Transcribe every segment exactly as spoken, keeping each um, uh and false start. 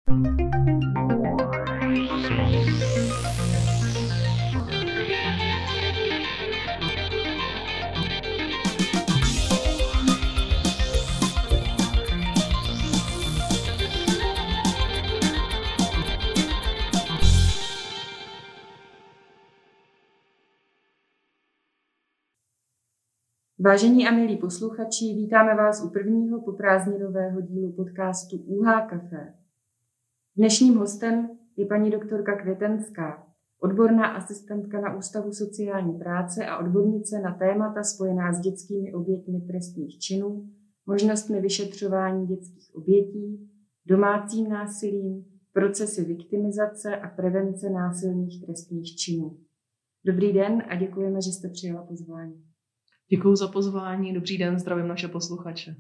Vážení a milí posluchači, vítáme vás u prvního poprázdninového dílu podcastu U H Café. Dnešním hostem je paní doktorka Květenská, odborná asistentka na Ústavu sociální práce a odbornice na témata spojená s dětskými oběťmi trestných činů, možnostmi vyšetřování dětských obětí, domácím násilím, procesy viktimizace a prevence násilných trestných činů. Dobrý den a děkujeme, že jste přijala pozvání. Děkuji za pozvání, dobrý den, zdravím naše posluchače.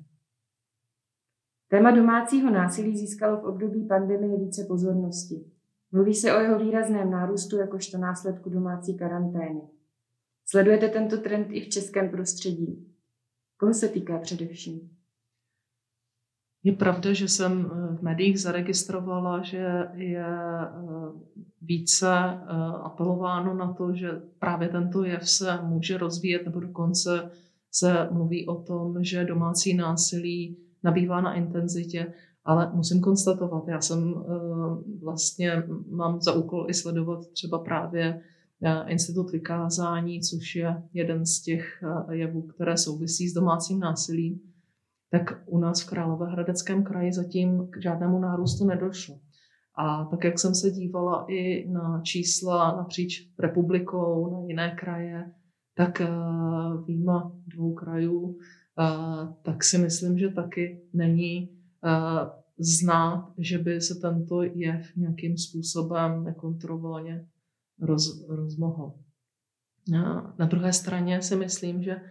Téma domácího násilí získalo v období pandemie více pozornosti. Mluví se o jeho výrazném nárůstu jakožto následku domácí karantény. Sledujete tento trend i v českém prostředí? Koho se týká především? Je pravda, že jsem v médiích zaregistrovala, že je více apelováno na to, že právě tento jev se může rozvíjet, nebo dokonce se mluví o tom, že domácí násilí nabývá na intenzitě, ale musím konstatovat, já jsem vlastně, mám za úkol i sledovat třeba právě institut vykázání, což je jeden z těch jevů, které souvisí s domácím násilím, tak u nás v Královéhradeckém kraji zatím k žádnému nárůstu nedošlo. A tak, jak jsem se dívala i na čísla napříč republikou, na jiné kraje, tak výjima dvou krajů, tak si myslím, že taky není znát, že by se tento jev nějakým způsobem nekontrolovaně roz, rozmohl. Na druhé straně si myslím, že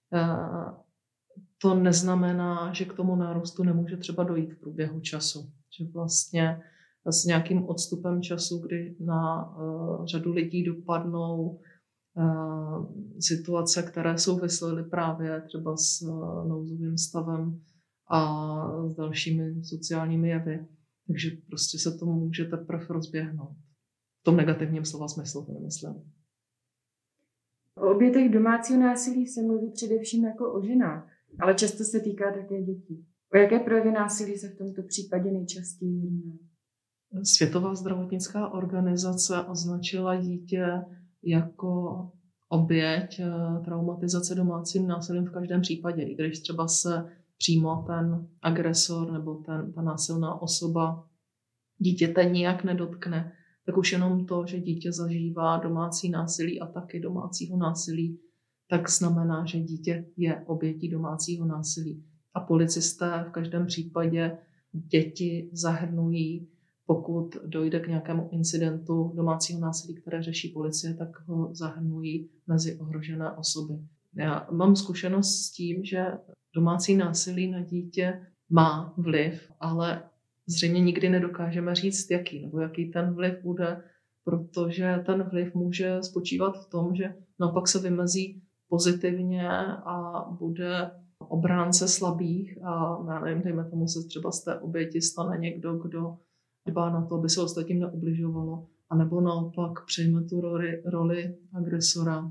to neznamená, že k tomu nárůstu nemůže třeba dojít v průběhu času. Že vlastně s nějakým odstupem času, kdy na uh, řadu lidí dopadnou uh, situace, které souvisely právě třeba s uh, nouzovým stavem a s dalšími sociálními jevy. Takže prostě se to může teprve rozběhnout. V tom negativním slova smyslu, to nemyslím. O obětech domácího násilí se mluví především jako o ženách, ale často se týká také dětí. O jaké projevy násilí se v tomto případě nejčastěji jedná? Světová zdravotnická organizace označila dítě jako oběť traumatizace domácím násilím v každém případě, i když třeba se přímo ten agresor nebo ten, ta násilná osoba dítěte nijak nedotkne, tak už jenom to, že dítě zažívá domácí násilí a taky domácího násilí, tak znamená, že dítě je obětí domácího násilí. A policisté v každém případě děti zahrnují, pokud dojde k nějakému incidentu domácího násilí, které řeší policie, tak ho zahrnují mezi ohrožené osoby. Já mám zkušenost s tím, že domácí násilí na dítě má vliv, ale zřejmě nikdy nedokážeme říct, jaký, nebo jaký ten vliv bude, protože ten vliv může spočívat v tom, že naopak se vymezí pozitivně a bude obránce slabých a já nevím, dejme tomu se třeba z té oběti stane někdo, kdo dbá na to, aby se ostatním neubližovalo, anebo naopak přejme tu roli, roli agresora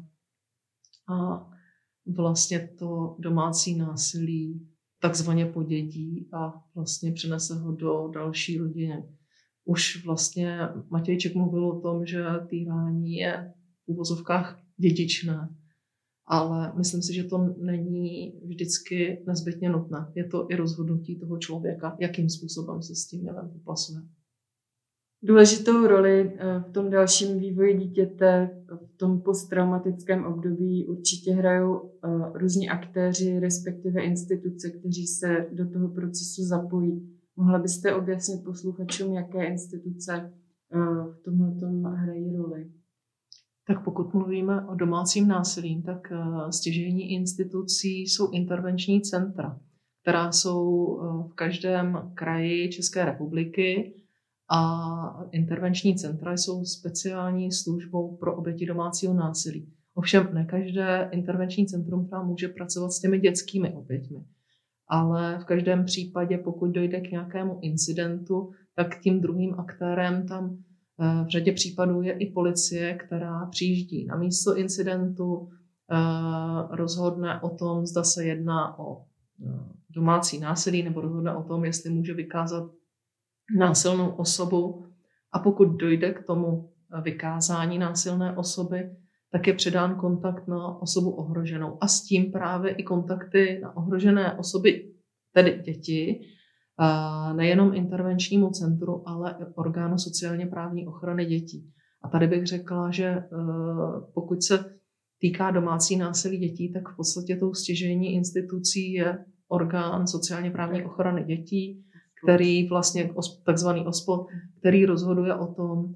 a vlastně to domácí násilí takzvaně podědí a vlastně přinese ho do další rodiny. Už vlastně Matějček mluvil o tom, že týrání je v uvozovkách dědičné, ale myslím si, že to není vždycky nezbytně nutné. Je to i rozhodnutí toho člověka, jakým způsobem se s tím jevem popasuje. Důležitou roli v tom dalším vývoji dítěte, v tom posttraumatickém období určitě hrajou různí aktéři, respektive instituce, kteří se do toho procesu zapojí. Mohla byste objasnit posluchačům, jaké instituce v tomhletom hrají roli? Tak pokud mluvíme o domácím násilí, tak stěžejní institucí jsou intervenční centra, která jsou v každém kraji České republiky. A intervenční centra jsou speciální službou pro oběti domácího násilí. Ovšem ne každé intervenční centrum třeba může pracovat s těmi dětskými oběťmi. Ale v každém případě, pokud dojde k nějakému incidentu, tak tím druhým aktérem tam v řadě případů je i policie, která přijíždí na místo incidentu, rozhodne o tom, zda se jedná o domácí násilí, nebo rozhodne o tom, jestli může vykázat násilnou osobu. A pokud dojde k tomu vykázání násilné osoby, tak je předán kontakt na osobu ohroženou. A s tím právě i kontakty na ohrožené osoby, tedy děti, nejenom intervenčnímu centru, ale i orgánu sociálně právní ochrany dětí. A tady bych řekla, že pokud se týká domácí násilí dětí, tak v podstatě tou stěžejní institucí je orgán sociálně právní ochrany dětí, který vlastně, takzvaný OSPOD, který rozhoduje o tom,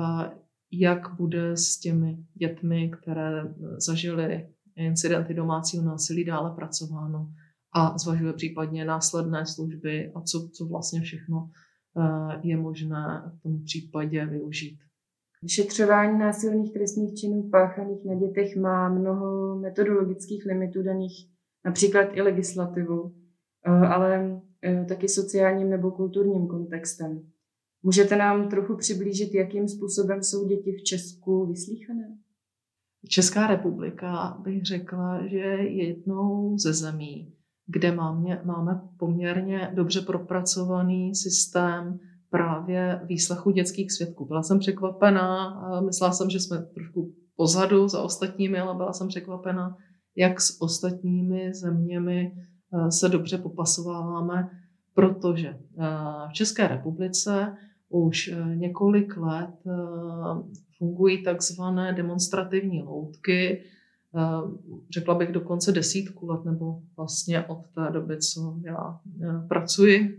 jak bude s těmi dětmi, které zažily incidenty domácího násilí, dále pracováno a zvažuje případně následné služby a co, co vlastně všechno je možné v tom případě využít. Vyšetřování násilných trestných činů páchaných na dětech má mnoho metodologických limitů daných například i legislativou, ale taky sociálním nebo kulturním kontextem. Můžete nám trochu přiblížit, jakým způsobem jsou děti v Česku vyslýchané? Česká republika, bych řekla, že je jednou ze zemí, kde máme, máme poměrně dobře propracovaný systém právě výslechu dětských svědků. Byla jsem překvapená, myslela jsem, že jsme trošku pozadu za ostatními, ale byla jsem překvapená, jak s ostatními zeměmi se dobře popasováváme, protože v České republice už několik let fungují takzvané demonstrativní loutky, řekla bych dokonce desítku let, nebo vlastně od té doby, co já pracuji,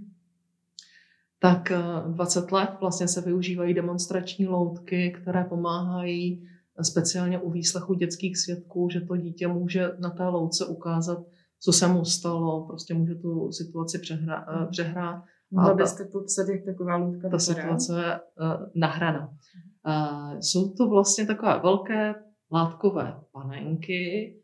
tak dvacet let vlastně se využívají demonstrační loutky, které pomáhají speciálně u výslechu dětských svědků, že to dítě může na té loutce ukázat, co se mu stalo, prostě může tu situaci přehrát. přehrát. Mohla byste popsat, jak taková loutka ta situace je uh, nahraná. Uh, jsou to vlastně takové velké látkové panenky,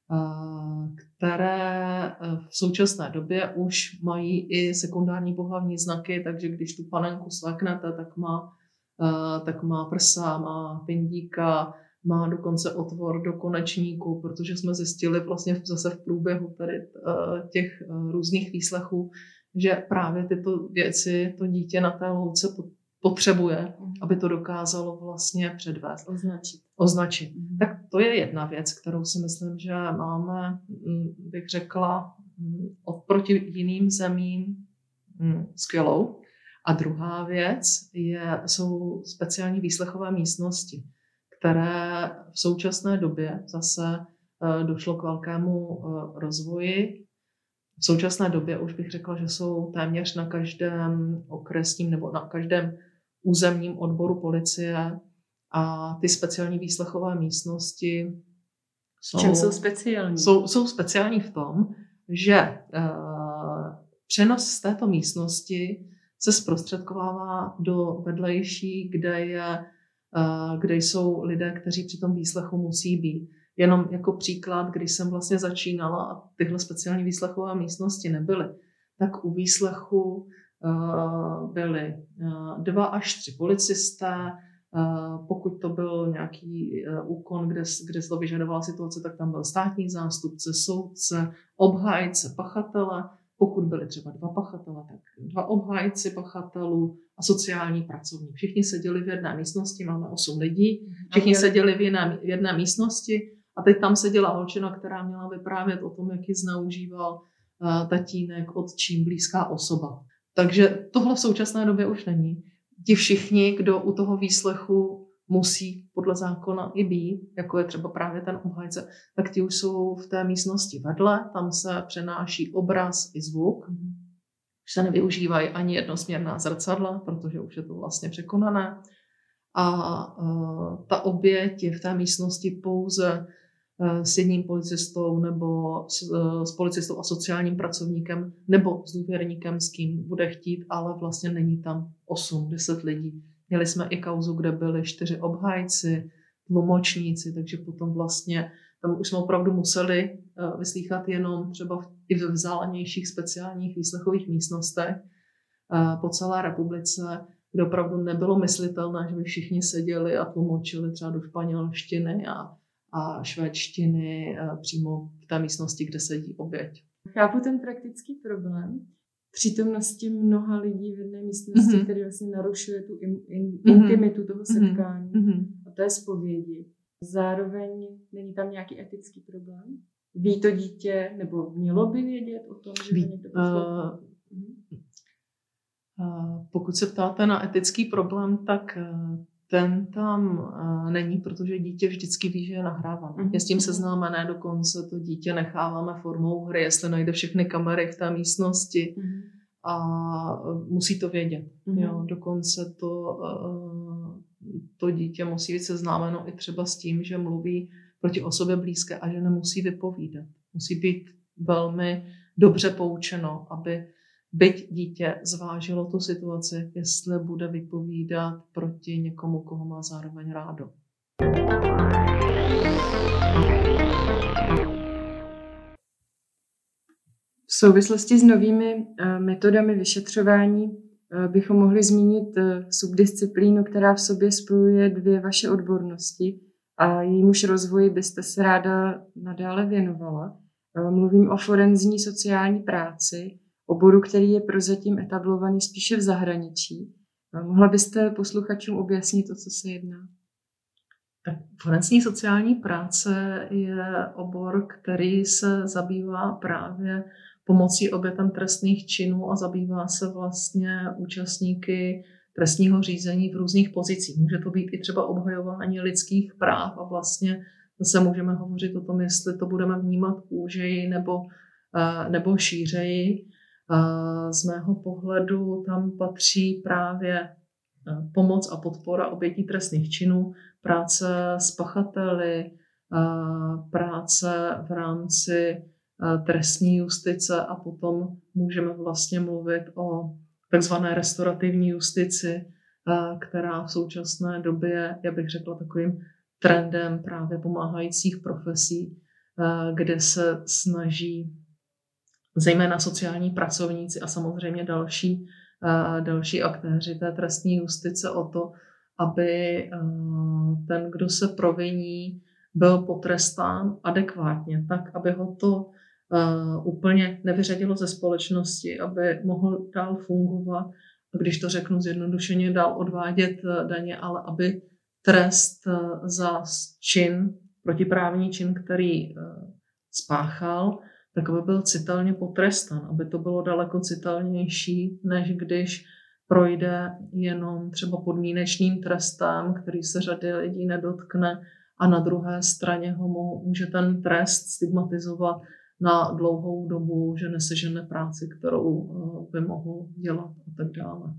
uh, které v současné době už mají i sekundární pohlavní znaky, takže když tu panenku svléknete, tak má, uh, tak má prsa, má pindíka, má dokonce otvor do konečníku, protože jsme zjistili vlastně zase v průběhu tady uh, těch uh, různých výslechů, že právě tyto věci to dítě na té louce potřebuje, aby to dokázalo vlastně předvést. Označit. Označit. Mm. Tak to je jedna věc, kterou si myslím, že máme, bych řekla, oproti jiným zemím skvělou. A druhá věc je, jsou speciální výslechové místnosti, které v současné době zase došlo k velkému rozvoji. V současné době už bych řekla, že jsou téměř na každém okresním nebo na každém územním odboru policie a ty speciální výslechové místnosti jsou, čem jsou speciální? Jsou, jsou speciální v tom, že uh, přenos z této místnosti se zprostředkovává do vedlejší, kde, je, uh, kde jsou lidé, kteří při tom výslechu musí být. Jenom jako příklad, když jsem vlastně začínala a tyhle speciální výslechové místnosti nebyly, tak u výslechu uh, byly uh, dva až tři policisté. Uh, pokud to byl nějaký uh, úkon, kde, kde se to vyžadovala situace, tak tam byl státní zástupce, soudce, obhájce, pachatele. Pokud byly třeba dva pachatele, tak dva obhájci pachatelů a sociální pracovník. Všichni seděli v jedné místnosti, máme osm lidí, všichni seděli v jedné, v jedné místnosti. A teď tam seděla holčina, která měla vyprávět o tom, jak ji zneužíval uh, tatínek, otčím, blízká osoba. Takže tohle v současné době už není. Ti všichni, kdo u toho výslechu musí podle zákona i být, jako je třeba právě ten obhájce, tak ti už jsou v té místnosti vedle, tam se přenáší obraz i zvuk. Už se nevyužívají ani jednosměrná zrcadla, protože už je to vlastně překonané. A uh, ta oběť je v té místnosti pouze s jedním policistou nebo s, s policistou a sociálním pracovníkem nebo s důvěrníkem, s kým bude chtít, ale vlastně není tam osm deset lidí. Měli jsme i kauzu, kde byli čtyři obhájci, tlumočníci, takže potom vlastně tam už jsme opravdu museli vyslýchat jenom třeba i v vzdálenějších speciálních výslechových místnostech po celé republice kde opravdu nebylo myslitelné, že by všichni seděli a tlumočili třeba do španělštiny a, a švédštiny přímo v té místnosti, kde sedí oběť. Chápu ten praktický problém přítomnosti mnoha lidí v jedné místnosti, mm-hmm. který vlastně narušuje tu in, in, intimitu toho setkání mm-hmm. a té zpovědi. Zároveň není tam nějaký etický problém? Ví to dítě, nebo mělo by vědět o tom, že Ví, to někdo poslouchá? Uh, uh, pokud se ptáte na etický problém, tak uh, ten tam uh, není, protože dítě vždycky ví, že je nahráváno. Mm-hmm. Je s tím seznámené, dokonce to dítě necháváme formou hry, jestli najde všechny kamery v té místnosti mm-hmm. a uh, musí to vědět. Mm-hmm. Jo, dokonce to, uh, to dítě musí být seznámeno i třeba s tím, že mluví proti osobě blízké a že nemusí vypovídat. Musí být velmi dobře poučeno, aby byť dítě zvážilo tu situaci, jestli bude vypovídat proti někomu, koho má zároveň rádo. V souvislosti s novými metodami vyšetřování bychom mohli zmínit subdisciplínu, která v sobě spojuje dvě vaše odbornosti a jejímuž rozvoji byste se ráda nadále věnovala. Mluvím o forenzní sociální práci, oboru, který je prozatím etablovaný spíše v zahraničí. Mohla byste posluchačům objasnit, o co se jedná? Tak forenzní sociální práce je obor, který se zabývá právě pomocí obětem trestných činů a zabývá se vlastně účastníky trestního řízení v různých pozicích. Může to být i třeba obhajování lidských práv a vlastně zase můžeme hovořit o tom, jestli to budeme vnímat úžeji nebo, nebo šířeji. Z mého pohledu tam patří právě pomoc a podpora obětí trestných činů, práce s pachateli, práce v rámci trestní justice a potom můžeme vlastně mluvit o takzvané restaurativní justici, která v současné době, já bych řekla, takovým trendem právě pomáhajících profesí, kde se snaží zejména sociální pracovníci a samozřejmě další, další aktéři té trestní justice o to, aby ten, kdo se proviní, byl potrestán adekvátně, tak, aby ho to úplně nevyřadilo ze společnosti, aby mohl dál fungovat, a když to řeknu zjednodušeně, dál odvádět daně, ale aby trest za čin, protiprávní čin, který spáchal, tak aby byl citelně potrestán, aby to bylo daleko citelnější, než když projde jenom třeba podmínečným trestem, který se řady lidí nedotkne a na druhé straně ho může ten trest stigmatizovat na dlouhou dobu, že nesežene práci, kterou by mohl dělat a tak dále.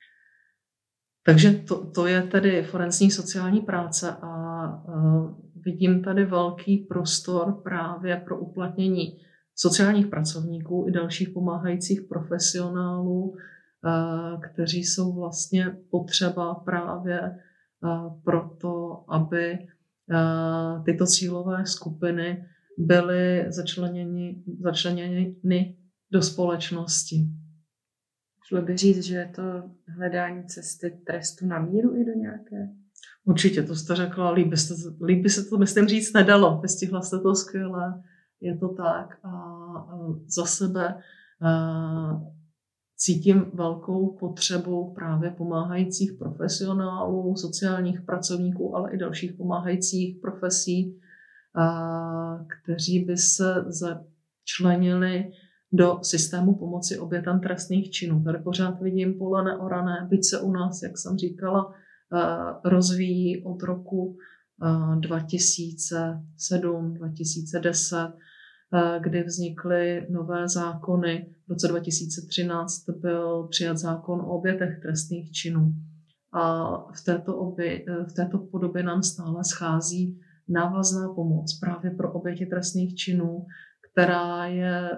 Takže to, to je tedy forenzní sociální práce a uh, vidím tady velký prostor právě pro uplatnění sociálních pracovníků i dalších pomáhajících profesionálů, uh, kteří jsou vlastně potřeba právě uh, proto, aby uh, tyto cílové skupiny byly začleněny, začleněny do společnosti. Šlo by říct, že je to hledání cesty trestu na míru i do nějaké? Určitě, to jste řekla, líp by se, líp by se to, myslím, říct nedalo. Vystihla jste to skvěle, je to tak. A, a za sebe a, cítím velkou potřebu právě pomáhajících profesionálů, sociálních pracovníků, ale i dalších pomáhajících profesí, a, kteří by se začlenili do systému pomoci obětem trestných činů. Tady pořád vidím pole neorané, byť se u nás, jak jsem říkala, rozvíjí od roku dva tisíce sedm dva tisíce deset, kdy vznikly nové zákony. V roce dva tisíce třináct byl přijat zákon o obětech trestných činů. A v této, obě, v této podobě nám stále schází návazná pomoc právě pro oběti trestných činů, která je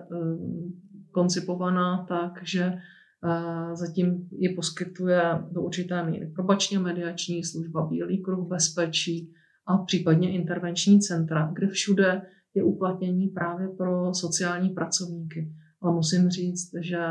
koncipovaná tak, že zatím ji poskytuje do určité míry probačně mediační služba, Bílý kruh bezpečí a případně intervenční centra, kde všude je uplatnění právě pro sociální pracovníky. Ale musím říct, že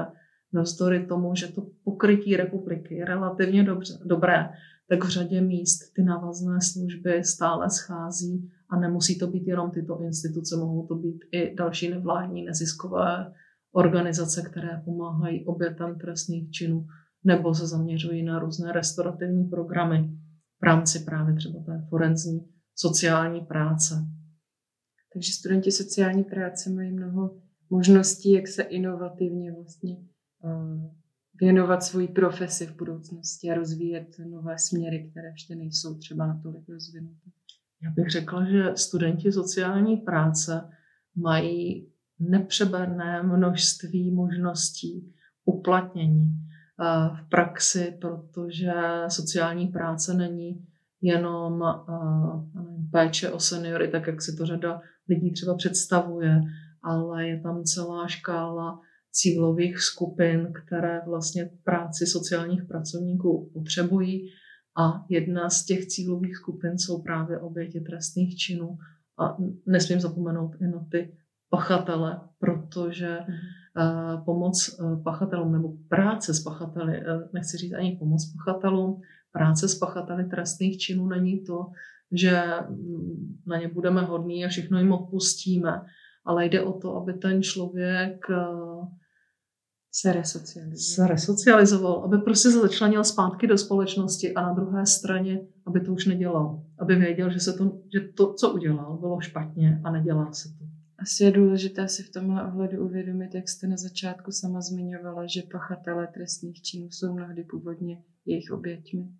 navzdory tomu, že to pokrytí republiky je relativně dobře, dobré, tak v řadě míst ty návazné služby stále schází a nemusí to být jenom tyto instituce, mohou to být i další nevládní neziskové organizace, které pomáhají obětem trestných činů nebo se zaměřují na různé restaurativní programy v rámci právě třeba té forenzní sociální práce. Takže studenti sociální práce mají mnoho možností, jak se inovativně vlastně uh, věnovat svojí profesi v budoucnosti a rozvíjet nové směry, které ještě nejsou třeba natolik rozvinuté. Já bych řekla, že studenti sociální práce mají nepřeberné množství možností uplatnění v praxi, protože sociální práce není jenom nevím, péče o seniory, tak jak si to řada lidí třeba představuje, ale je tam celá škála cílových skupin, které vlastně práci sociálních pracovníků potřebují. A jedna z těch cílových skupin jsou právě oběti trestných činů. A nesmím zapomenout i na ty pachatele, protože uh, pomoc uh, pachatelům nebo práce s pachateli, uh, nechci říct ani pomoc pachatelům, práce s pachateli trestných činů není to, že na ně budeme hodní a všechno jim odpustíme, ale jde o to, aby ten člověk uh, se resocializoval. se resocializoval, aby prostě se začlenil zpátky do společnosti a na druhé straně, aby to už nedělal. Aby věděl, že, se to, že to, co udělal, bylo špatně a nedělá se to. Asi je důležité si v tomhle ohledu uvědomit, jak jste na začátku sama zmiňovala, že pachatelé trestných činů jsou mnohdy původně jejich oběťmi.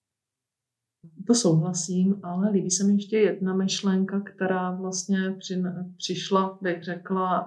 To souhlasím, ale líbí se mi ještě jedna myšlenka, která vlastně při, přišla, bych řekla,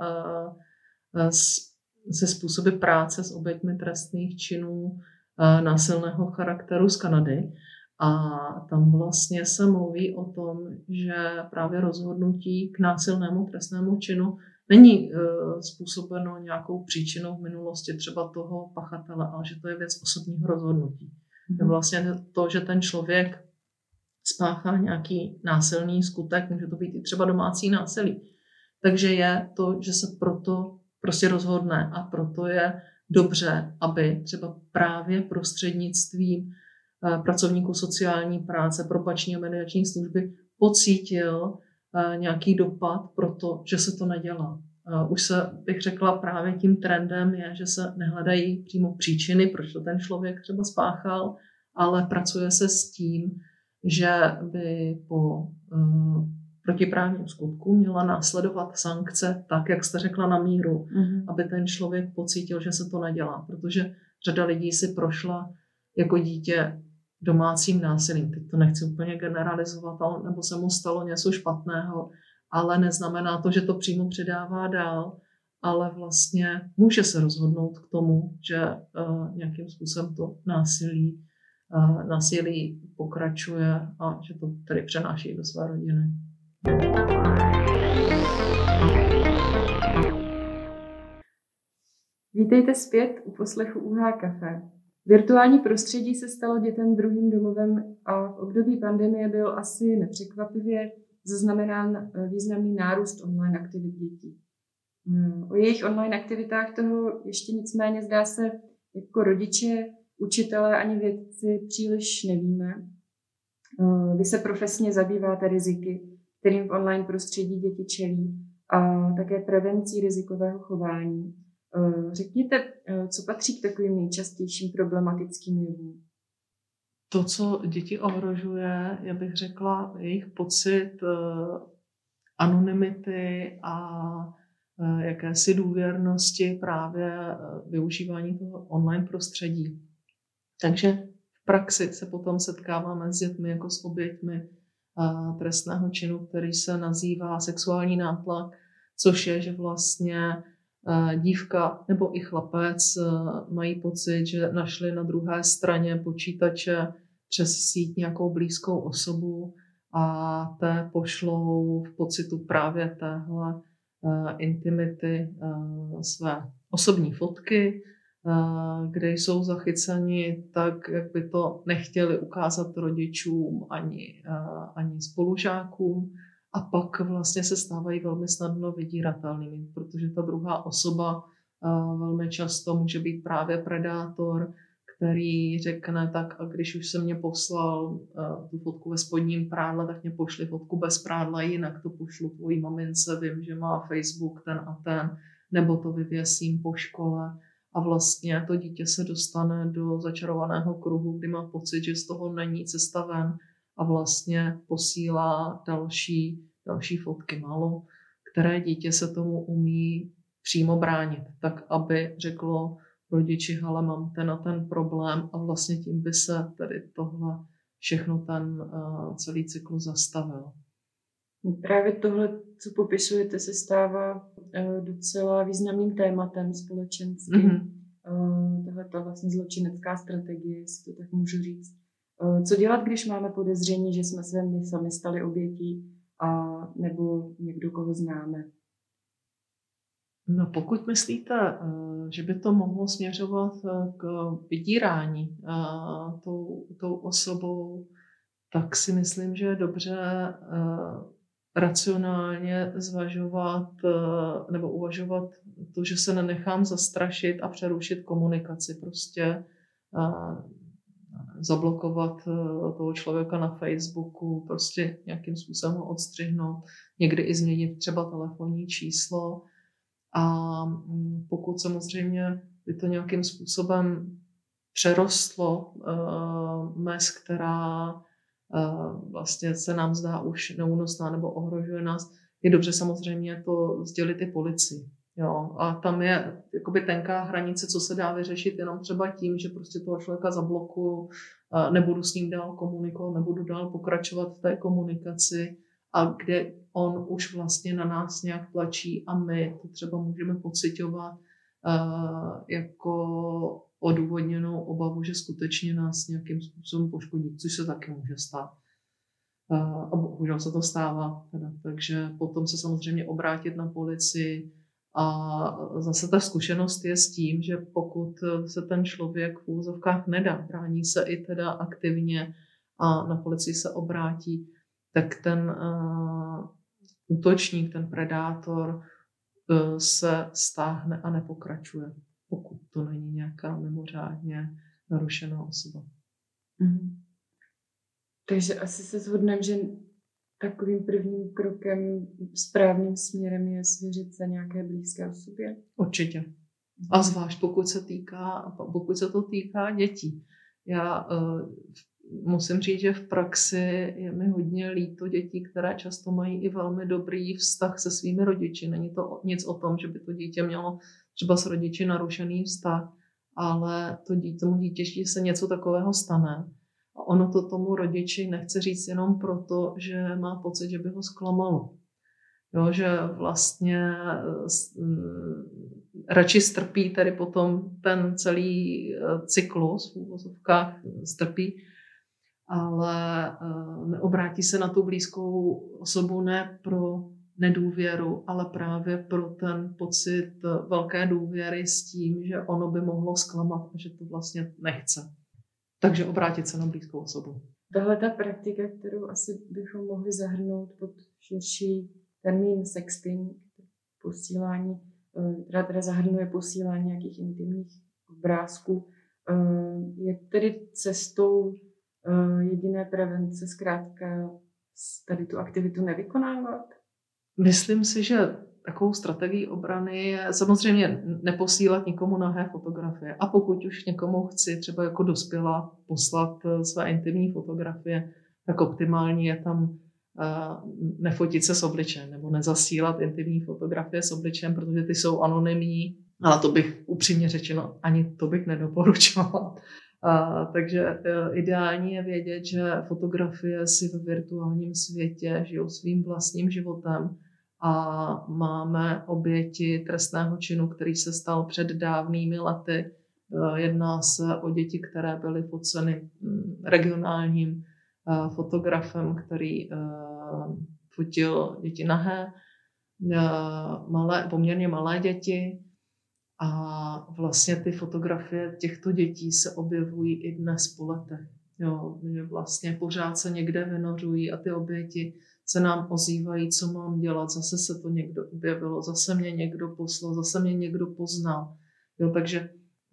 z se způsoby práce s oběťmi trestných činů násilného charakteru z Kanady. A tam vlastně se mluví o tom, že právě rozhodnutí k násilnému trestnému činu není způsobeno nějakou příčinou v minulosti třeba toho pachatele, ale že to je věc osobního rozhodnutí. Mm-hmm. Vlastně to, že ten člověk spáchá nějaký násilný skutek, může to být i třeba domácí násilí. Takže je to, že se proto prostě rozhodne a proto je dobře, aby třeba právě prostřednictvím pracovníků sociální práce, probační a mediační služby pocítil nějaký dopad pro to, že se to nedělá. Už se, bych řekla, právě tím trendem je, že se nehledají přímo příčiny, proč to ten člověk třeba spáchal, ale pracuje se s tím, že by po protiprávním skutku měla následovat sankce tak, jak jste řekla, na míru, mm-hmm. aby ten člověk pocítil, že se to nedělá. Protože řada lidí si prošla jako dítě domácím násilím. Teď to nechci úplně generalizovat, ale, nebo se mu stalo něco špatného, ale neznamená to, že to přímo předává dál, ale vlastně může se rozhodnout k tomu, že uh, nějakým způsobem to násilí, uh, násilí pokračuje a že to tedy přenáší do své rodiny. Vítejte zpět u poslechu U H Café. Virtuální prostředí se stalo dětem druhým domovem a v období pandemie byl asi nepřekvapivě zaznamenán významný nárůst online aktivit dětí. O jejich online aktivitách toho ještě nicméně zdá se jako rodiče, učitelé ani vědci příliš nevíme. Vy se profesně zabýváte riziky, kterým v online prostředí děti čelí, a také prevencí rizikového chování. Řekněte, co patří k takovým nejčastějším problematickým jevům? To, co děti ohrožuje, já bych řekla, jejich pocit anonymity a jakési důvěrnosti právě využívání toho online prostředí. Takže v praxi se potom setkáváme s dětmi jako s oběťmi trestného činu, který se nazývá sexuální nátlak, což je, že vlastně dívka nebo i chlapec mají pocit, že našli na druhé straně počítače přes síť nějakou blízkou osobu a té pošlou v pocitu právě téhle intimity své osobní fotky, kde jsou zachyceni tak, jak by to nechtěli ukázat rodičům ani, ani spolužákům. A pak vlastně se stávají velmi snadno vydíratelnými, protože ta druhá osoba velmi často může být právě predátor, který řekne, tak a když už se mě poslal tu fotku ve spodním prádle, tak mě pošli fotku bez prádla, jinak to pošlu tvojí mamince, vím, že má Facebook ten a ten, nebo to vyvěsím po škole. A vlastně to dítě se dostane do začarovaného kruhu, kdy má pocit, že z toho není cesta ven a vlastně posílá další, další fotky málo, které dítě se tomu umí přímo bránit, tak aby řeklo rodiči, hele, mám ten a ten problém a vlastně tím by se tady tohle všechno ten uh, celý cyklus zastavil. Právě tohle, co popisujete, se stává uh, docela významným tématem společenským. Mm-hmm. Uh, Tahle ta vlastně zločinecká strategie, jestli to tak můžu říct. Uh, co dělat, když máme podezření, že jsme se my sami stali obětí a nebo někdo, koho známe? No pokud myslíte, že by to mohlo směřovat k vydírání tou, tou osobou, tak si myslím, že je dobře racionálně zvažovat nebo uvažovat to, že se nenechám zastrašit a přerušit komunikaci. Prostě zablokovat toho člověka na Facebooku, prostě nějakým způsobem ho odstřihnout, někdy i změnit třeba telefonní číslo. A pokud samozřejmě by to nějakým způsobem přerostlo uh, mez, která uh, vlastně se nám zdá už neúnosná nebo ohrožuje nás, je dobře samozřejmě to sdělit i policii. Jo? A tam je jakoby tenká hranice, co se dá vyřešit jenom třeba tím, že prostě toho člověka zablokuju, uh, nebudu s ním dál komunikovat, nebudu dál pokračovat v té komunikaci, a kde on už vlastně na nás nějak tlačí a my to třeba můžeme pociťovat uh, jako odůvodněnou obavu, že skutečně nás nějakým způsobem poškodí, což se taky může stát. Uh, a bohužel se to stává. Teda. Takže potom se samozřejmě obrátit na policii a zase ta zkušenost je s tím, že pokud se ten člověk v úvozovkách nedá, brání se i teda aktivně a na policii se obrátí, tak ten uh, útočník, ten predátor uh, se stáhne a nepokračuje, pokud to není nějaká mimořádně narušená osoba. Mm. Takže asi se shodneme, že takovým prvním krokem správným směrem je svěřit se nějaké blízké osobě. Určitě. A zvlášť pokud se týká, pokud se to týká dětí. Já uh, musím říct, že v praxi je mi hodně líto dětí, které často mají i velmi dobrý vztah se svými rodiči. Není to nic o tom, že by to dítě mělo třeba s rodiči narušený vztah, ale to dítě, tomu dítěti se něco takového stane. A ono to tomu rodiči nechce říct jenom proto, že má pocit, že by ho zklamalo. Jo, že vlastně m, radši strpí tady potom ten celý cyklus v úvozovkách strpí, ale uh, neobrátí se na tu blízkou osobu ne pro nedůvěru, ale právě pro ten pocit velké důvěry s tím, že ono by mohlo zklamat a že to vlastně nechce. Takže obrátit se na blízkou osobu. Tahle ta praktika, kterou asi bychom mohli zahrnout pod širší termín sexting, posílání, která teda zahrnuje posílání nějakých intimních obrázků, je tedy cestou jediné prevence zkrátka tady tu aktivitu nevykonávat? Myslím si, že takovou strategií obrany je samozřejmě neposílat nikomu nahé fotografie. A pokud už někomu chci třeba jako dospělá poslat své intimní fotografie, tak optimální je tam nefotit se s obličejem nebo nezasílat intimní fotografie s obličejem, protože ty jsou anonymní, ale to bych upřímně řečeno ani to bych nedoporučovala. A, takže e, ideální je vědět, že fotografie si v virtuálním světě žijou svým vlastním životem a máme oběti trestného činu, který se stal před dávnými lety. E, jedná se o děti, které byly foceny m, regionálním e, fotografem, který e, fotil děti nahé, e, malé, poměrně malé děti. A vlastně ty fotografie těchto dětí se objevují i dnes po letech. Jo, že vlastně pořád se někde vynořují a ty oběti se nám ozývají, co mám dělat, zase se to někdo objevilo, zase mě někdo poslal, zase mě někdo poznal. Jo, takže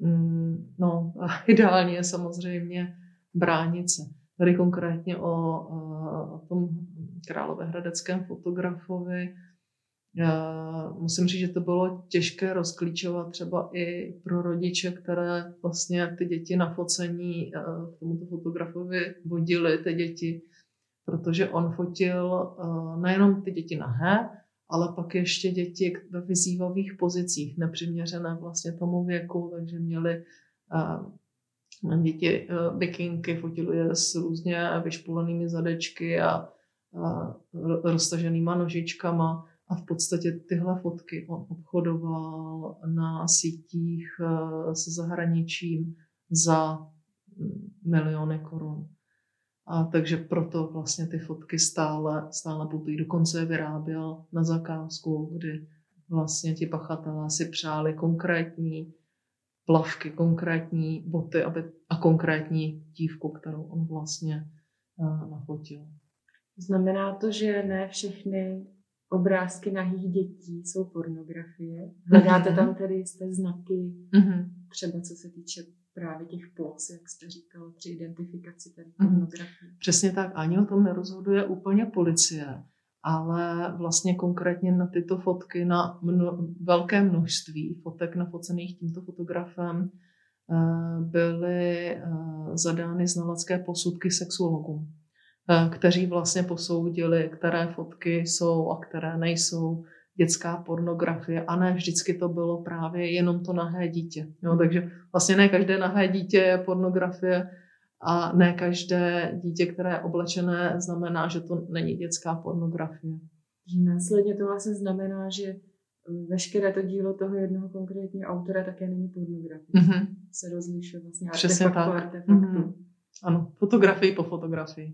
no, ideálně je samozřejmě bránit se. Tady konkrétně o, o tom královéhradeckém fotografovi musím říct, že to bylo těžké rozklíčovat třeba i pro rodiče, které vlastně ty děti na focení k tomuto fotografovi vodili ty děti, protože on fotil nejenom ty děti nahé, ale pak ještě děti ve vyzývavých pozicích, nepřiměřené vlastně tomu věku, takže měli uh, děti uh, bikinky, fotili je s různě vyšpulenými zadečky a, a roztaženýma nožičkama a v podstatě tyhle fotky on obchodoval na sítích uh, se zahraničím za miliony korun. A takže proto vlastně ty fotky stále, stále putují. Dokonce je vyráběl na zakázku, kdy vlastně ti pachatelé si přáli konkrétní plavky, konkrétní boty aby, a konkrétní dívku, kterou on vlastně uh, nafotil. Znamená to, že ne všechny obrázky nahých dětí jsou pornografie? Hledáte tam tedy jisté znaky, mm-hmm. třeba co se týče právě těch plos, jak jste říkal, při identifikaci tady pornografie. Přesně tak, ani o tom nerozhoduje úplně policie, ale vlastně konkrétně na tyto fotky, na mno, velké množství fotek nafocených tímto fotografem byly zadány znalecké posudky sexuologům, kteří vlastně posoudili, které fotky jsou a které nejsou dětská pornografie a ne vždycky to bylo právě jenom to nahé dítě. Jo, takže vlastně ne každé nahé dítě je pornografie a ne každé dítě, které je oblečené, znamená, že to není dětská pornografie. Následně to vlastně znamená, že veškeré to dílo toho jednoho konkrétního autora také není pornografie. Mm-hmm. Se rozlišuje vlastně artefakt po artefaktu. Mm-hmm. Ano, fotografii po fotografii.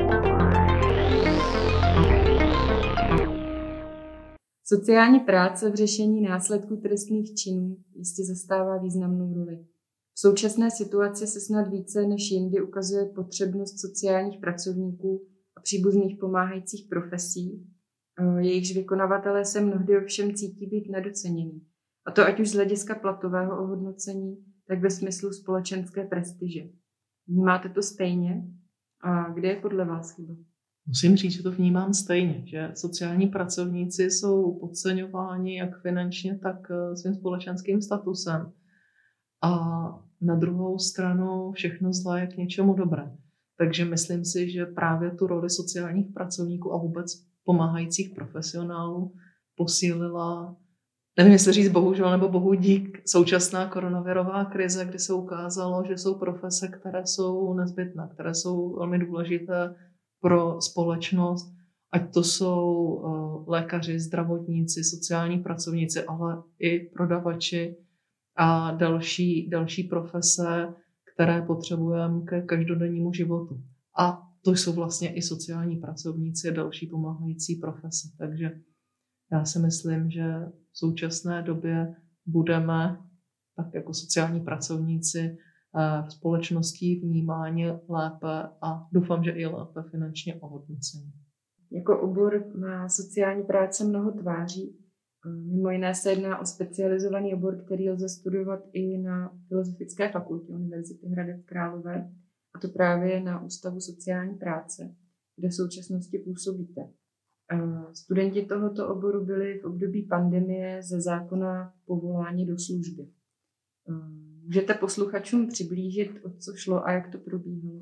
Sociální práce v řešení následků trestných činů jistě zastává významnou roli. V současné situaci se snad více než jindy ukazuje potřebnost sociálních pracovníků a příbuzných pomáhajících profesí, jejichž vykonavatelé se mnohdy ovšem cítí být nedocenění. A to ať už z hlediska platového ohodnocení, tak ve smyslu společenské prestiže. Vnímáte to stejně? A kde je podle vás chyba? Musím říct, že to vnímám stejně, že sociální pracovníci jsou podceňováni jak finančně, tak svým společenským statusem. A na druhou stranu všechno zlé je k něčemu dobré. Takže myslím si, že právě tu roli sociálních pracovníků a vůbec pomáhajících profesionálů posílila, nevím, jestli říct bohužel nebo bohu dík, současná koronavirová krize, kdy se ukázalo, že jsou profese, které jsou nezbytné, které jsou velmi důležité pro společnost, ať to jsou uh, lékaři, zdravotníci, sociální pracovníci, ale i prodavači a další, další profese, které potřebujeme ke každodennímu životu. A to jsou vlastně i sociální pracovníci a další pomáhající profese. Takže já si myslím, že v současné době budeme, tak jako sociální pracovníci, v společnosti vnímáni lépe a doufám, že i lépe finančně ohodnocení. Jako obor má sociální práce mnoho tváří. Mimo jiné se jedná o specializovaný obor, který lze studovat i na Filozofické fakultě Univerzity Hradec Králové, a to právě na Ústavu sociální práce, kde v současnosti působíte. Studenti tohoto oboru byli v období pandemie ze zákona povoláni do služby. Můžete posluchačům přiblížit, o co šlo a jak to probíhalo?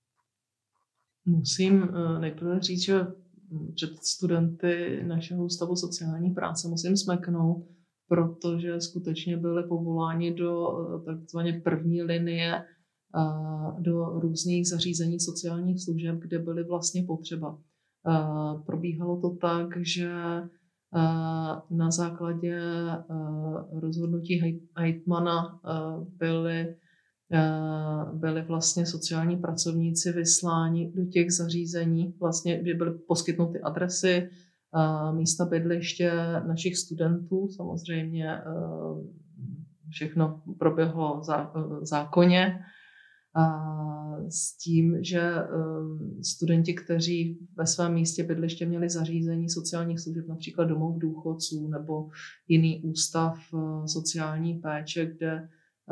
Musím nejprve říct, že před studenty našeho ústavu sociální práce musím smeknout, protože skutečně byli povoláni do takzvané první linie do různých zařízení sociálních služeb, kde byly vlastně potřeba. Probíhalo to tak, že na základě rozhodnutí hejtmana byli, byli vlastně sociální pracovníci vysláni do těch zařízení, vlastně, kde byly poskytnuty adresy, místa bydliště našich studentů. Samozřejmě všechno proběhlo zákonně. s tím, že studenti, kteří ve svém místě bydliště měli zařízení sociálních služeb, například domov důchodců nebo jiný ústav sociální péče, kde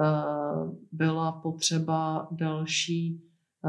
byla potřeba další,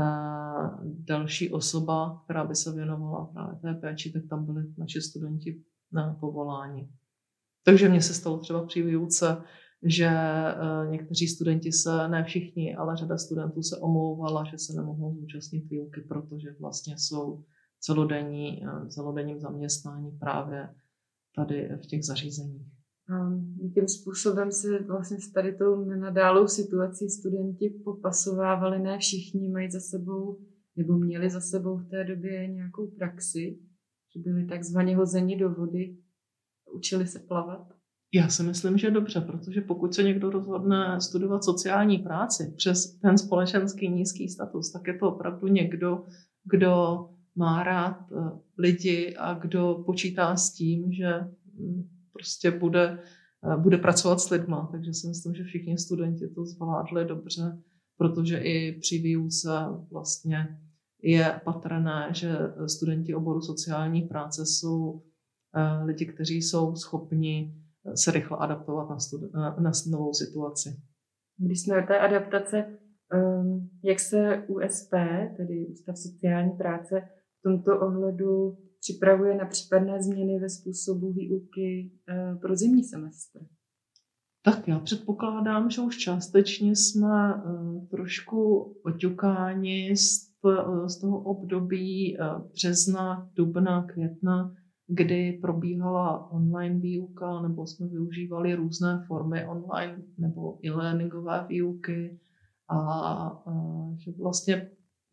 další osoba, která by se věnovala právě té péči, tak tam byli naši studenti na povolání. Takže mně se stalo třeba při výuce, že někteří studenti se, ne všichni, ale řada studentů se omlouvala, že se nemohou zúčastnit výuky, protože vlastně jsou celodenní, celodenním zaměstnání právě tady v těch zařízeních. A jakým způsobem se vlastně s tady tou nenadálou situací studenti popasovávali? Ne všichni mají za sebou, nebo měli za sebou v té době nějakou praxi, že byli takzvaně hozeni do vody, učili se plavat? Já si myslím, že dobře, protože pokud se někdo rozhodne studovat sociální práci přes ten společenský nízký status, tak je to opravdu někdo, kdo má rád lidi a kdo počítá s tím, že prostě bude, bude pracovat s lidma. Takže si myslím, že všichni studenti to zvládli dobře, protože i při výuce vlastně je patrné, že studenti oboru sociální práce jsou lidi, kteří jsou schopni se rychle adaptovat na, studi- na novou situaci. Když jsme o té adaptace, jak se U S P, tedy Ústav sociální práce, v tomto ohledu připravuje na případné změny ve způsobu výuky pro zimní semestr? Tak já předpokládám, že už částečně jsme trošku oťukáni z toho období března, dubna, května, kdy probíhala online výuka, nebo jsme využívali různé formy online nebo e-learningové výuky a, a že vlastně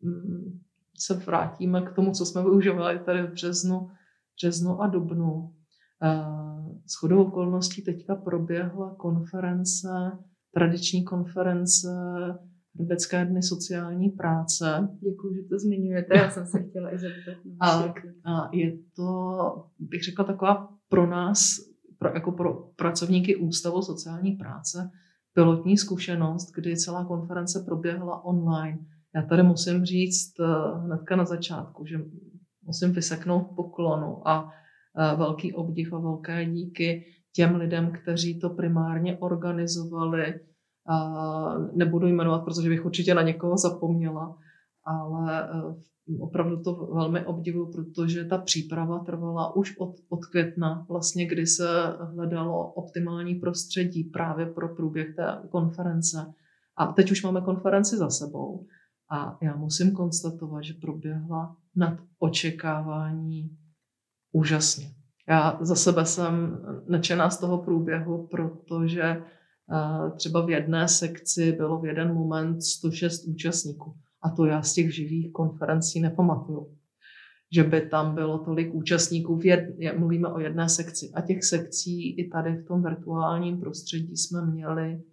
se vrátíme k tomu, co jsme využívali tady v březnu, březnu a dubnu. Shodou okolností teďka proběhla konference, tradiční konference Hradecké dny sociální práce. Děkuji, že to zmiňujete, já jsem se chtěla i zeptat. A, a je to, bych řekla, taková pro nás, pro, jako pro pracovníky Ústavu sociální práce, pilotní zkušenost, kdy celá konference proběhla online. Já tady musím říct hnedka na začátku, že musím vyseknout poklonu a velký obdiv a velké díky těm lidem, kteří to primárně organizovali. Nebudu jmenovat, protože bych určitě na někoho zapomněla, ale opravdu to velmi obdivuju, protože ta příprava trvala už od, od května, vlastně, kdy se hledalo optimální prostředí právě pro průběh té konference. A teď už máme konferenci za sebou a já musím konstatovat, že proběhla nad očekávání úžasně. Já za sebe jsem nadšená z toho průběhu, protože třeba v jedné sekci bylo v jeden moment sto šest účastníků. A to já z těch živých konferencí nepamatuju. Že by tam bylo tolik účastníků, v jed... mluvíme o jedné sekci. A těch sekcí i tady v tom virtuálním prostředí jsme měli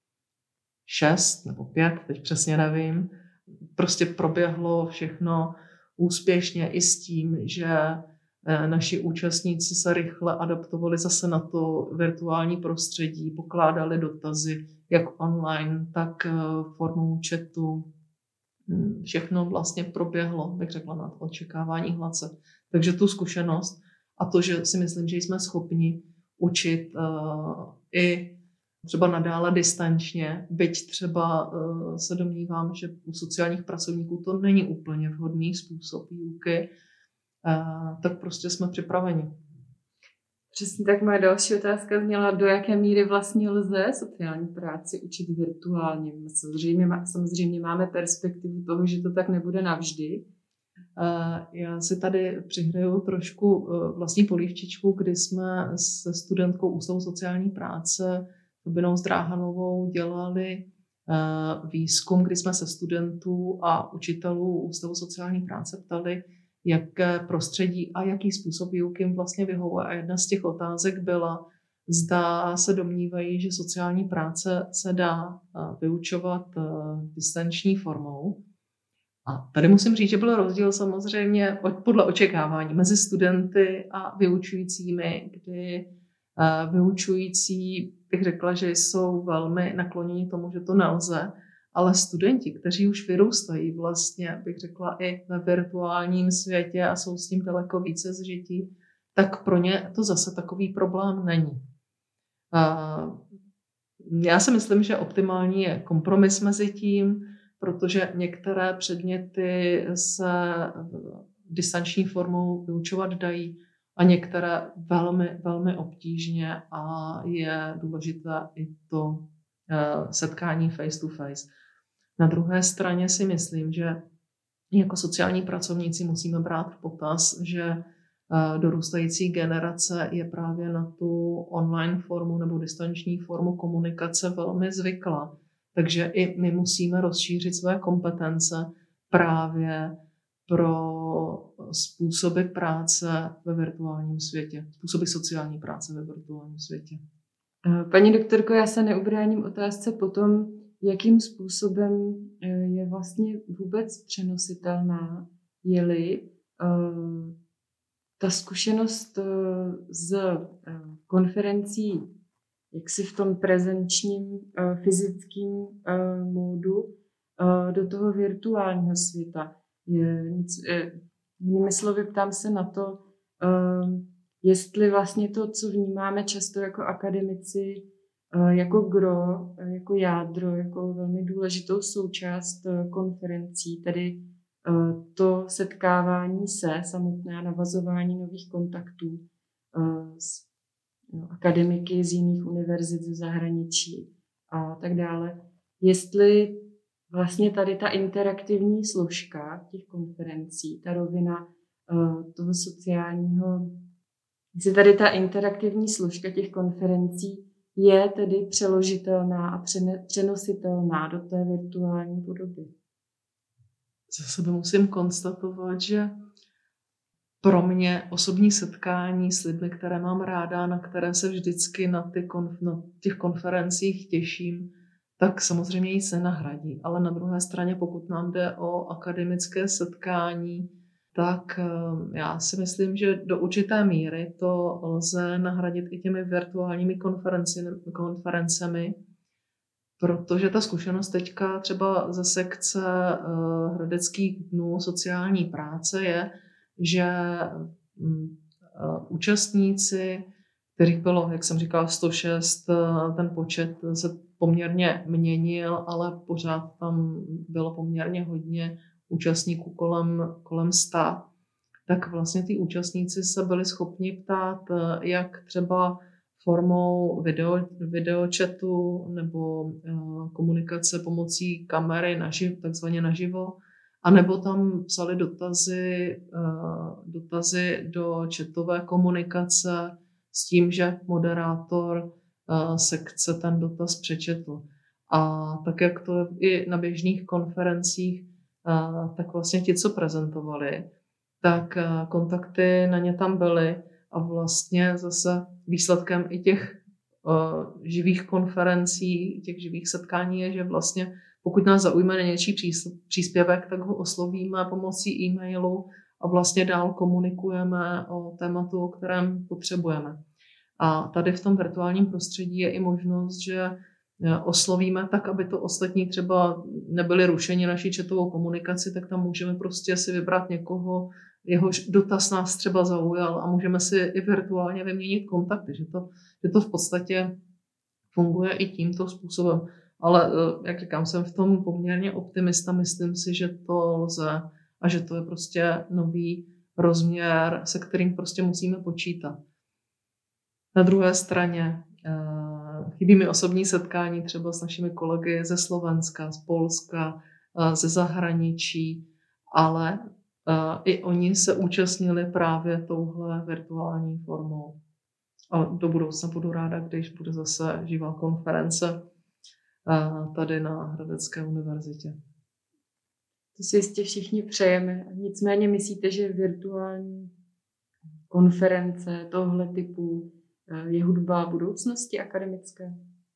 šest nebo pět, teď přesně nevím. Prostě proběhlo všechno úspěšně i s tím, že naši účastníci se rychle adaptovali zase na to virtuální prostředí, pokládali dotazy jak online, tak formou chatu. Všechno vlastně proběhlo, bych řekla, na očekávání hladce. Takže tu zkušenost a to, že si myslím, že jsme schopni učit uh, i třeba nadále distančně, byť třeba uh, se domnívám, že u sociálních pracovníků to není úplně vhodný způsob výuky, uh, tak prostě jsme připraveni. Přesně tak moje další otázka zněla, do jaké míry vlastně lze sociální práci učit virtuálně. Samozřejmě, samozřejmě máme perspektivu toho, že to tak nebude navždy. Já si tady přihraju trošku vlastní polívčičku, kdy jsme se studentkou Ústavu sociální práce Tobinou Zdráhanovou dělali výzkum, kdy jsme se studentů a učitelů Ústavu sociální práce ptali, jaké prostředí a jaký způsob výuky jim vlastně vyhovuje. A jedna z těch otázek byla, zda se domnívají, že sociální práce se dá vyučovat distanční formou. A tady musím říct, že byl rozdíl samozřejmě podle očekávání mezi studenty a vyučujícími, kdy vyučující bych řekla, že jsou velmi nakloněni tomu, že to nelze, ale studenti, kteří už vyrůstají vlastně, bych řekla, i ve virtuálním světě a jsou s tím daleko více zžití, tak pro ně to zase takový problém není. Já si myslím, že optimální je kompromis mezi tím, protože některé předměty se distanční formou vyučovat dají a některé velmi, velmi obtížně a je důležité i to setkání face to face. Na druhé straně si myslím, že jako sociální pracovníci musíme brát v potaz, že dorůstající generace je právě na tu online formu nebo distanční formu komunikace velmi zvyklá. Takže i my musíme rozšířit své kompetence právě pro způsoby práce ve virtuálním světě, způsoby sociální práce ve virtuálním světě. Paní doktorko, já se neubráním otázce potom, jakým způsobem je vlastně vůbec přenositelná, je-li uh, ta zkušenost uh, z uh, konferencí jaksi v tom prezenčním uh, fyzickým uh, módu uh, do toho virtuálního světa. Je nic, uh, jinými slovy ptám se na to, uh, jestli vlastně to, co vnímáme často jako akademici, jako gro, jako jádro, jako velmi důležitou součást konferencí, tedy to setkávání se, samotné navazování nových kontaktů s akademiky z jiných univerzit ze zahraničí a tak dále. Jestli vlastně tady ta interaktivní složka těch konferencí, ta rovina toho sociálního, jestli tady ta interaktivní složka těch konferencí je tedy přeložitelná a přenositelná do té virtuální podoby. Za sebe musím konstatovat, že pro mě osobní setkání s lidmi, které mám ráda, na které se vždycky na, ty konf- na těch konferencích těším, tak samozřejmě nic nenahradí. Ale na druhé straně, pokud nám jde o akademické setkání, tak já si myslím, že do určité míry to lze nahradit i těmi virtuálními konferencemi, protože ta zkušenost teďka třeba ze sekce Hradeckých dnů sociální práce je, že účastníci, kterých bylo, jak jsem říkala, sto šest, ten počet se poměrně měnil, ale pořád tam bylo poměrně hodně účastníků kolem, kolem sta, tak vlastně ty účastníci se byli schopni ptát, jak třeba formou video, videochatu nebo uh, komunikace pomocí kamery naživ, takzvaně naživo, anebo tam psali dotazy, uh, dotazy do chatové komunikace s tím, že moderátor uh, sekce ten dotaz přečetl. A tak, jak to i na běžných konferencích, Uh, tak vlastně ti, co prezentovali, tak uh, kontakty na ně tam byly a vlastně zase výsledkem i těch uh, živých konferencí, těch živých setkání je, že vlastně pokud nás zaujme na něčí příspěvek, tak ho oslovíme pomocí e-mailu a vlastně dál komunikujeme o tématu, o kterém potřebujeme. A tady v tom virtuálním prostředí je i možnost, že oslovíme tak, aby to ostatní třeba nebyli rušeni naší chatovou komunikaci, tak tam můžeme prostě si vybrat někoho, jehož dotaz nás třeba zaujal a můžeme si i virtuálně vyměnit kontakty, že to, že to v podstatě funguje i tímto způsobem. Ale jak říkám, jsem v tom poměrně optimista, myslím si, že to lze a že to je prostě nový rozměr, se kterým prostě musíme počítat. Na druhé straně chybí mi osobní setkání třeba s našimi kolegy ze Slovenska, z Polska, ze zahraničí, ale i oni se účastnili právě touhle virtuální formou. A do budoucna budu ráda, když bude zase živá konference tady na Hradecké univerzitě. To si jistě všichni přejeme. Nicméně myslíte, že virtuální konference tohle typu je hudba budoucnosti akademické?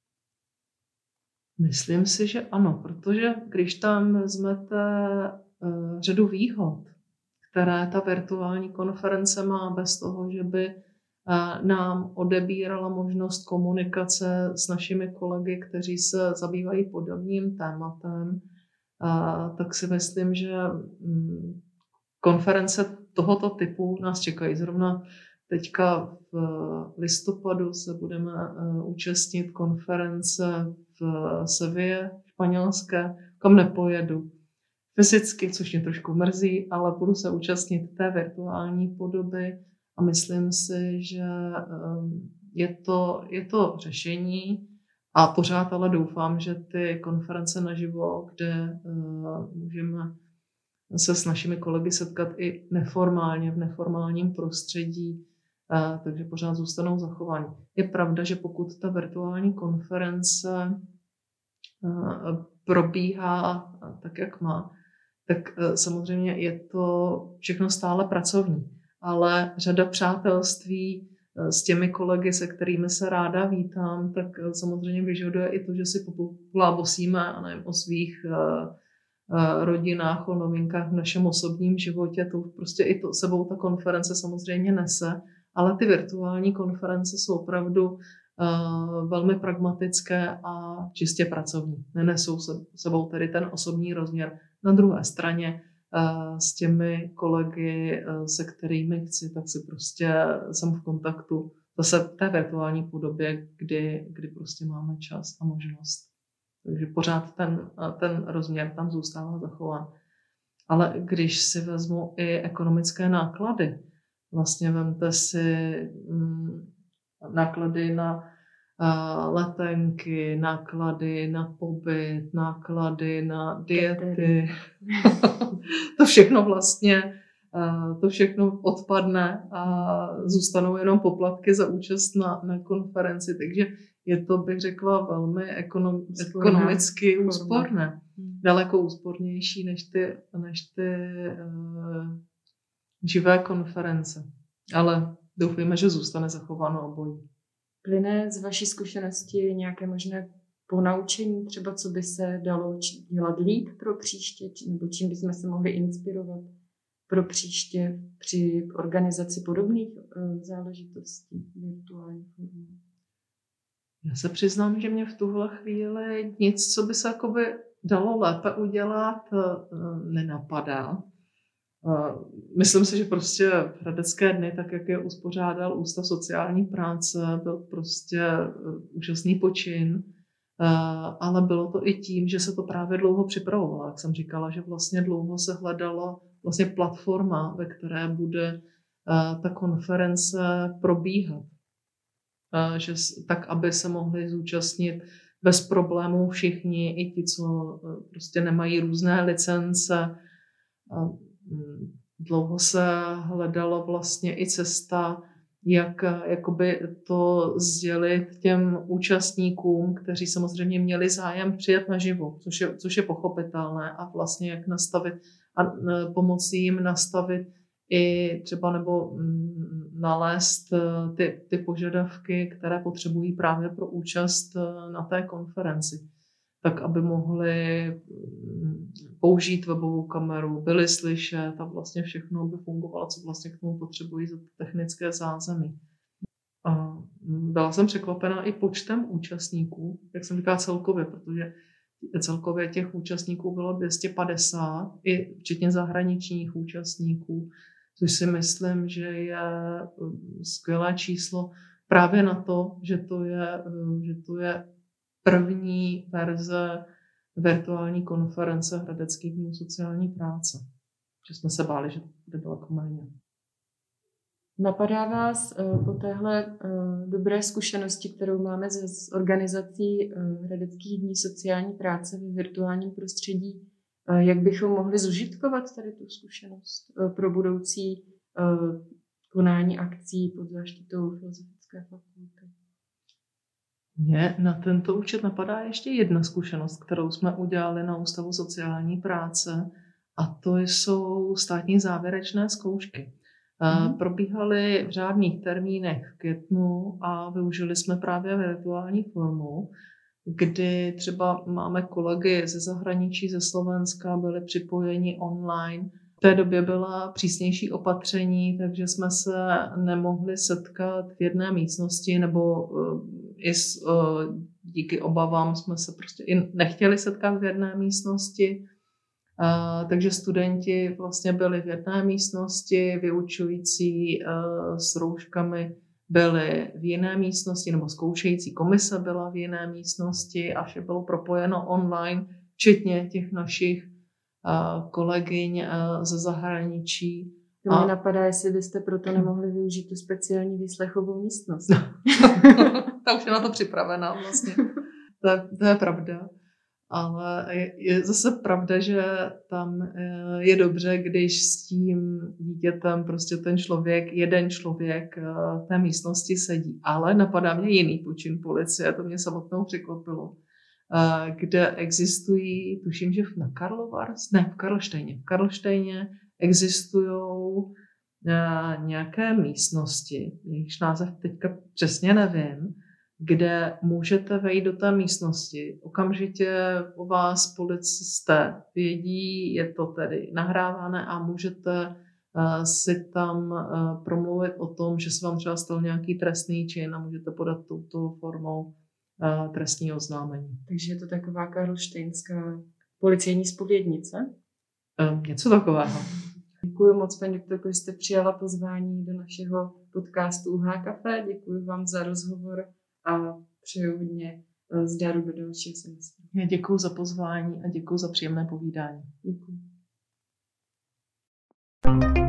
Myslím si, že ano, protože když tam vezmete uh, řadu výhod, které ta virtuální konference má bez toho, že by nám odebírala možnost komunikace s našimi kolegy, kteří se zabývají podobným tématem, tak si myslím, že konference tohoto typu nás čekají. Zrovna teďka v listopadu se budeme účastnit konference v Seville, španělské, kam nepojedu fyzicky, což mě trošku mrzí, ale budu se účastnit té virtuální podoby a myslím si, že je to, je to řešení a pořád ale doufám, že ty konference naživo, kde můžeme se s našimi kolegy setkat i neformálně, v neformálním prostředí, takže pořád zůstanou zachovány. Je pravda, že pokud ta virtuální konference probíhá tak, jak má, tak samozřejmě je to všechno stále pracovní. Ale řada přátelství s těmi kolegy, se kterými se ráda vítám, tak samozřejmě vyžaduje i to, že si popolábosíme a nevím, o svých rodinách, o novinkách v našem osobním životě. To prostě i to sebou ta konference samozřejmě nese, ale ty virtuální konference jsou opravdu uh, velmi pragmatické a čistě pracovní. Nenesou se, sebou tedy ten osobní rozměr. Na druhé straně uh, s těmi kolegy, uh, se kterými chci, tak si prostě jsem v kontaktu zase v té virtuální podobě, kdy, kdy prostě máme čas a možnost. Takže pořád ten, ten rozměr tam zůstává zachován. Ale když si vezmu i ekonomické náklady, vlastně vemte si mm, náklady na uh, letenky, náklady na pobyt, náklady na diety. To všechno vlastně, uh, to všechno odpadne a zůstanou jenom poplatky za účast na, na konferenci. Takže je to, bych řekla, velmi ekonom, ekonomicky úsporné. Daleko úspornější než ty, než ty uh, živé konference. Ale doufejme, že zůstane zachováno obojí. Plyne z vaší zkušenosti nějaké možné ponaučení, třeba co by se dalo dělat líp pro příště, nebo čím bychom se mohli inspirovat pro příště při organizaci podobných uh, záležitostí virtuální formy? Já se přiznám, že mě v tuhle chvíli nic, co by se jakoby dalo lépe udělat, nenapadá. Myslím si, že prostě Hradecké dny, tak jak je uspořádal Ústav sociální práce, byl prostě úžasný počin, ale bylo to i tím, že se to právě dlouho připravovalo. Jak jsem říkala, že vlastně dlouho se hledala vlastně platforma, ve které bude ta konference probíhat. Že, tak, aby se mohli zúčastnit bez problémů všichni, i ti, co prostě nemají různé licence. Dlouho se hledala vlastně i cesta, jak jakoby to sdělit těm účastníkům, kteří samozřejmě měli zájem přijet naživo, což je, což je pochopitelné, a vlastně jak nastavit a pomoci jim nastavit i třeba nebo nalézt ty, ty požadavky, které potřebují právě pro účast na té konferenci, tak aby mohli použít webovou kameru, byli slyšet a vlastně všechno by fungovalo, co vlastně k tomu potřebují za technické zázemí. A byla jsem překvapená i počtem účastníků, jak jsem říkala celkově, protože celkově těch účastníků bylo dvě stě padesát, i včetně zahraničních účastníků, což si myslím, že je skvělé číslo právě na to, že to je, že to je první verze virtuální konference Hradeckých dnů sociální práce. Že jsme se báli, že to bude daleko méně. Napadá vás po téhle dobré zkušenosti, kterou máme z organizací Hradeckých dní sociální práce ve virtuálním prostředí, jak bychom mohli zužitkovat tady tu zkušenost pro budoucí konání akcí pod záštitou Filozofické fakulty? Mně na tento účet napadá ještě jedna zkušenost, kterou jsme udělali na Ústavu sociální práce, a to jsou státní závěrečné zkoušky. Mm. Probíhaly v řádných termínech v květnu a využili jsme právě virtuální formu, kdy třeba máme kolegy ze zahraničí, ze Slovenska, byli připojeni online V té době byla přísnější opatření, takže jsme se nemohli setkat v jedné místnosti, nebo i s, díky obavám jsme se prostě i nechtěli setkat v jedné místnosti. Takže studenti vlastně byli v jedné místnosti, vyučující s rouškami byli v jiné místnosti, nebo zkoušející komise byla v jiné místnosti a vše bylo propojeno online, včetně těch našich kolegyň ze zahraničí. To mě napadá, jestli byste proto nemohli využít tu speciální výslechovou místnost. Ta už je na to připravená vlastně. To, to je pravda. Ale je, je zase pravda, že tam je dobře, když s tím dítětem prostě ten člověk, jeden člověk v té místnosti sedí. Ale napadá mě jiný počin policie, to mě samotnou překvapilo, kde existují, tuším, že na Karlovars, ne, v Karlštejně, v Karlštejně existují nějaké místnosti, jejichž název teďka přesně nevím, kde můžete vejít do té místnosti. Okamžitě o vás policisté vědí, je to tedy nahrávané a můžete si tam promluvit o tom, že se vám třeba stal nějaký trestný čin a můžete podat touto formou trestní oznámení. Takže je to taková karlštejnská policejní zpovědnice? Něco takového. Děkuji moc, paní doktorko, že jste přijala pozvání do našeho podcastu U H Café. Děkuji vám za rozhovor a přeju hodně zdaru do dalšího semestru. Já děkuji za pozvání a děkuji za příjemné povídání. Děkuji.